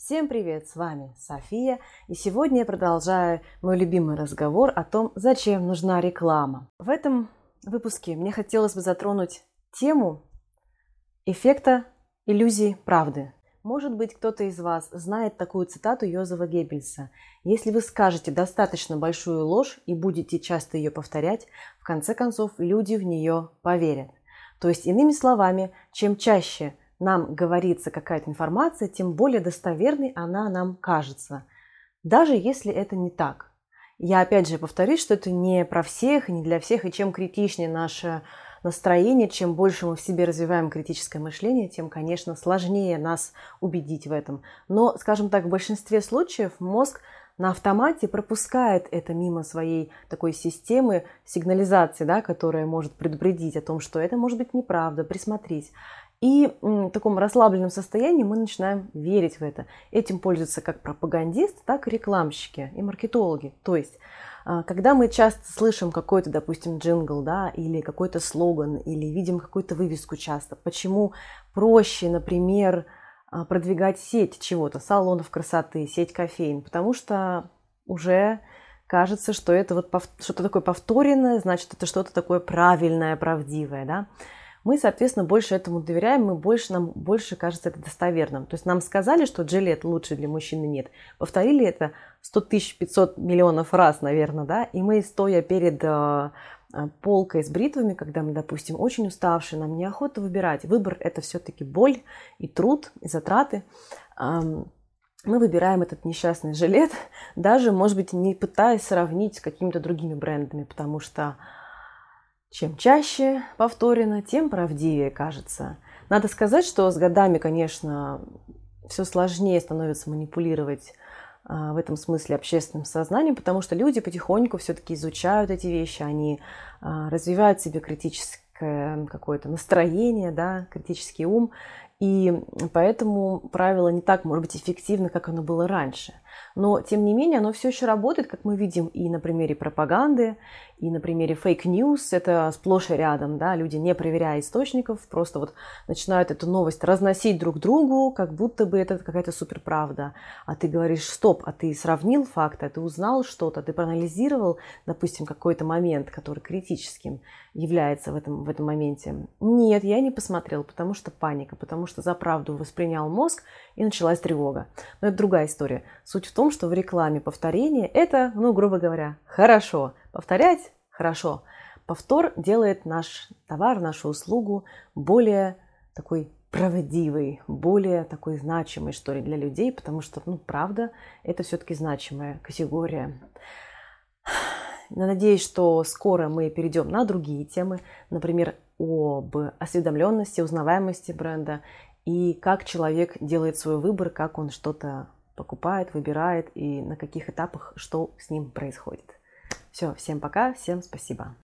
Всем привет, с вами София, и сегодня я продолжаю мой любимый разговор о том, зачем нужна реклама. В этом выпуске мне хотелось бы затронуть тему эффекта иллюзии правды. Может быть, кто-то из вас знает такую цитату Йозефа Геббельса: «Если вы скажете достаточно большую ложь и будете часто ее повторять, в конце концов люди в нее поверят». То есть, иными словами, чем чаще нам говорится какая-то информация, тем более достоверной она нам кажется, даже если это не так. Я опять же повторюсь, что это не про всех и не для всех, и чем критичнее наше настроение, чем больше мы в себе развиваем критическое мышление, тем, конечно, сложнее нас убедить в этом. Но, скажем так, в большинстве случаев мозг на автомате пропускает это мимо своей такой системы сигнализации, да, которая может предупредить о том, что это может быть неправда, присмотрись. И в таком расслабленном состоянии мы начинаем верить в это. Этим пользуются как пропагандисты, так и рекламщики и маркетологи. То есть, когда мы часто слышим какой-то, допустим, джингл, да, или какой-то слоган, или видим какую-то вывеску часто, почему проще, например, продвигать сеть чего-то, салонов красоты, сеть кофеин? Потому что уже кажется, что это вот что-то такое повторенное, значит, это что-то такое правильное, правдивое, да. Мы, соответственно, больше этому доверяем, нам больше кажется это достоверным. То есть нам сказали, что Gillette лучше для мужчины нет. Повторили это 100 500 миллионов раз, наверное, да, и мы, стоя перед полкой с бритвами, когда мы, допустим, очень уставшие, нам неохота выбирать. Выбор – это все-таки боль и труд, и затраты. Мы выбираем этот несчастный жилет, даже, может быть, не пытаясь сравнить с какими-то другими брендами, потому что чем чаще повторено, тем правдивее кажется. Надо сказать, что с годами, конечно, все сложнее становится манипулировать в этом смысле общественным сознанием, потому что люди потихоньку все-таки изучают эти вещи, они развивают в себе критическое какое-то настроение, да, критический ум, и поэтому правило не так, может быть, эффективно, как оно было раньше. Но, тем не менее, оно все еще работает, как мы видим и на примере пропаганды, и на примере фейк-ньюс. Это сплошь и рядом, да, люди, не проверяя источников, просто вот начинают эту новость разносить друг другу, как будто бы это какая-то суперправда. А ты говоришь: стоп, а ты сравнил факты, а ты узнал что-то, ты проанализировал, допустим, какой-то момент, который критическим является в этом моменте. Нет, я не посмотрел, потому что паника, потому что за правду воспринял мозг, и началась тревога. Но это другая история. Суть в том, что в рекламе повторение – это, грубо говоря, хорошо. Повторять – хорошо. Повтор делает наш товар, нашу услугу более такой правдивой, более такой значимой, что ли, для людей, потому что, правда, это все-таки значимая категория. Надеюсь, что скоро мы перейдем на другие темы, например, об осведомленности, узнаваемости бренда и как человек делает свой выбор, как он что-то покупает, выбирает и на каких этапах что с ним происходит. Все, всем пока, всем спасибо.